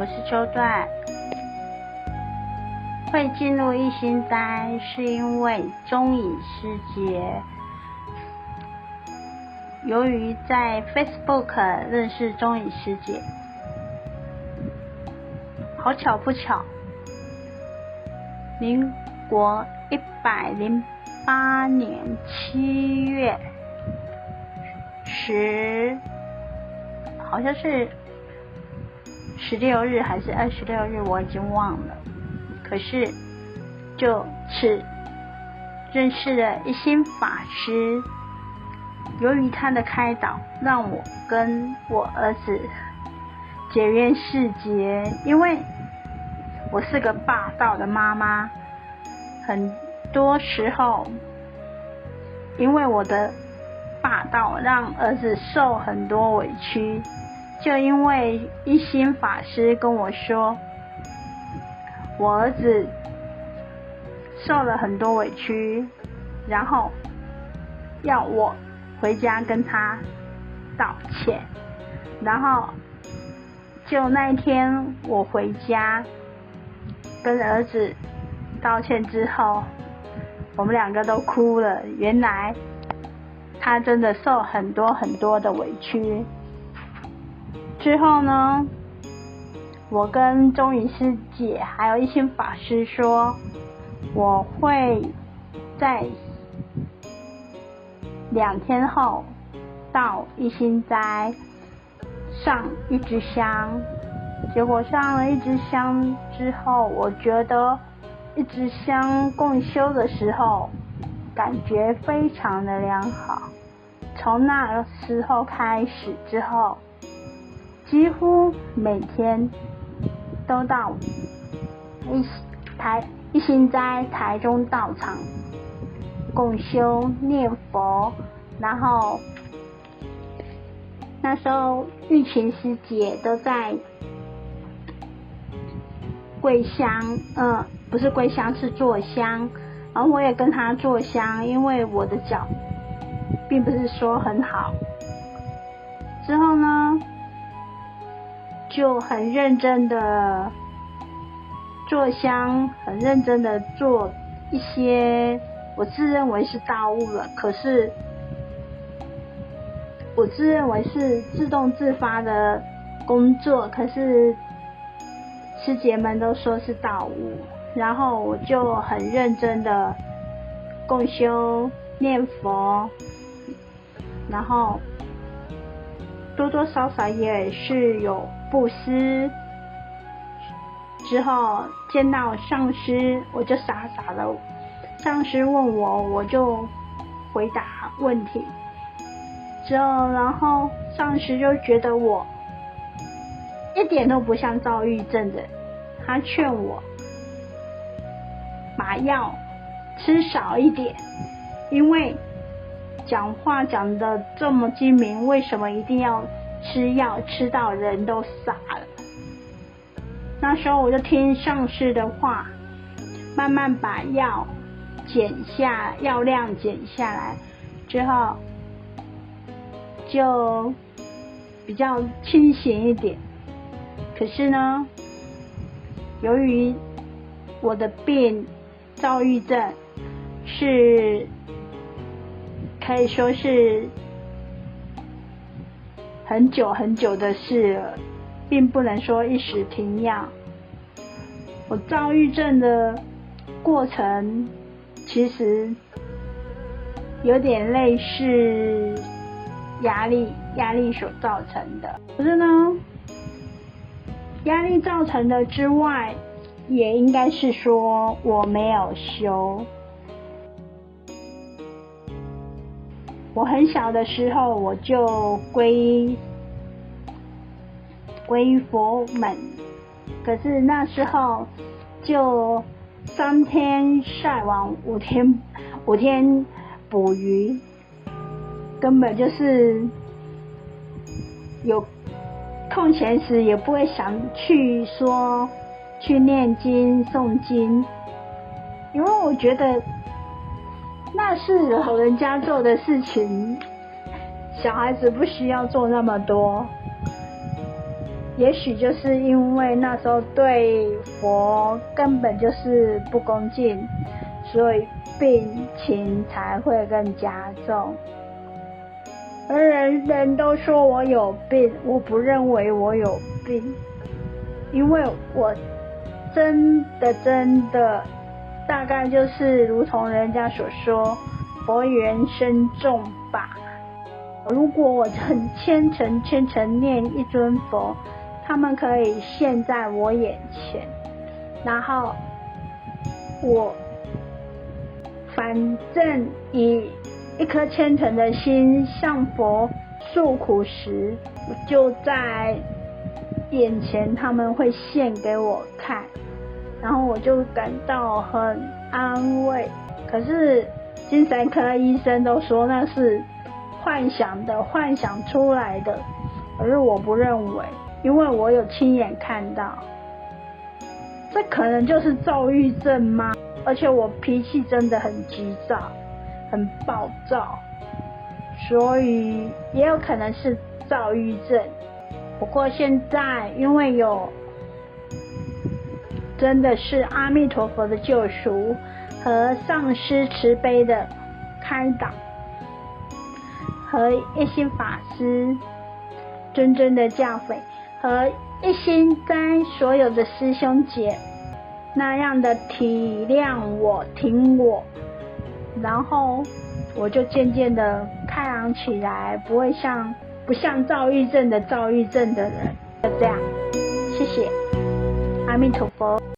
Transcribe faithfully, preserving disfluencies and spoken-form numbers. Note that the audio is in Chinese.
我是秋段。会进入一心斋是因为中影师姐，由于在 Facebook 认识中影师姐，好巧不巧，民国一百零八年七月十，好像是十六日还是二十六日，我已经忘了。可是就此认识了一心法师，由于他的开导，让我跟我儿子结缘世结。因为我是个霸道的妈妈，很多时候因为我的霸道让儿子受很多委屈，就因为一心法师跟我说，我儿子受了很多委屈，然后要我回家跟他道歉。然后就那一天我回家跟儿子道歉之后，我们两个都哭了。原来他真的受很多很多的委屈。之后呢，我跟中影师姐还有一心法师说，我会在两天后到一心斋上一支香。结果上了一支香之后，我觉得一支香共修的时候感觉非常的良好。从那时候开始之后，几乎每天都到一台一心斋台中道场共修念佛。然后那时候玉琴师姐都在跪香，呃，不是跪香，是坐香。然后我也跟她坐香，因为我的脚并不是说很好。之后呢，就很认真的做香，很认真的做一些我自认为是大悟了，可是我自认为是自动自发的工作，可是师姐们都说是大悟。然后我就很认真的共修念佛，然后多多少少也是有布施。之后见到上师，我就傻傻的，上师问我，我就回答问题。之后然后上师就觉得我一点都不像躁郁症的，他劝我把药吃少一点，因为讲话讲得这么精明，为什么一定要吃药吃到人都傻了？那时候我就听上师的话，慢慢把药减下，药量减下来之后，就比较清醒一点。可是呢，由于我的病躁郁症是可以说是很久很久的事了，并不能说一时停药。我躁郁症的过程其实有点类似压力压力所造成的。可是呢，压力造成的之外，也应该是说我没有修。我很小的时候我就皈皈佛门，可是那时候就三天晒网，五天五天捕鱼，根本就是有空闲时也不会想去说去念经诵经，因为我觉得那是老人家做的事情，小孩子不需要做那么多。 也许就是因为那时候对佛根本就是不恭敬，所以病情才会更加重。而人人都说我有病，我不认为我有病，因为我真的真的大概就是如同人家所说，佛缘深重吧。如果我很虔诚虔诚念一尊佛，他们可以现在我眼前，然后我反正以一颗虔诚的心向佛诉苦时，就在眼前他们会现给我看，然后我就感到很安慰。可是精神科医生都说那是幻想的，幻想出来的，可是我不认为，因为我有亲眼看到。这可能就是躁郁症吗？而且我脾气真的很急躁，很暴躁，所以也有可能是躁郁症。不过现在因为有真的是阿弥陀佛的救赎和上师慈悲的开导，和一心法师谆谆的教诲，和一心在所有的师兄姐那样的体谅我挺我，然后我就渐渐的开朗起来，不会像不像躁郁症的躁郁症的人。就这样，谢谢阿弥陀佛。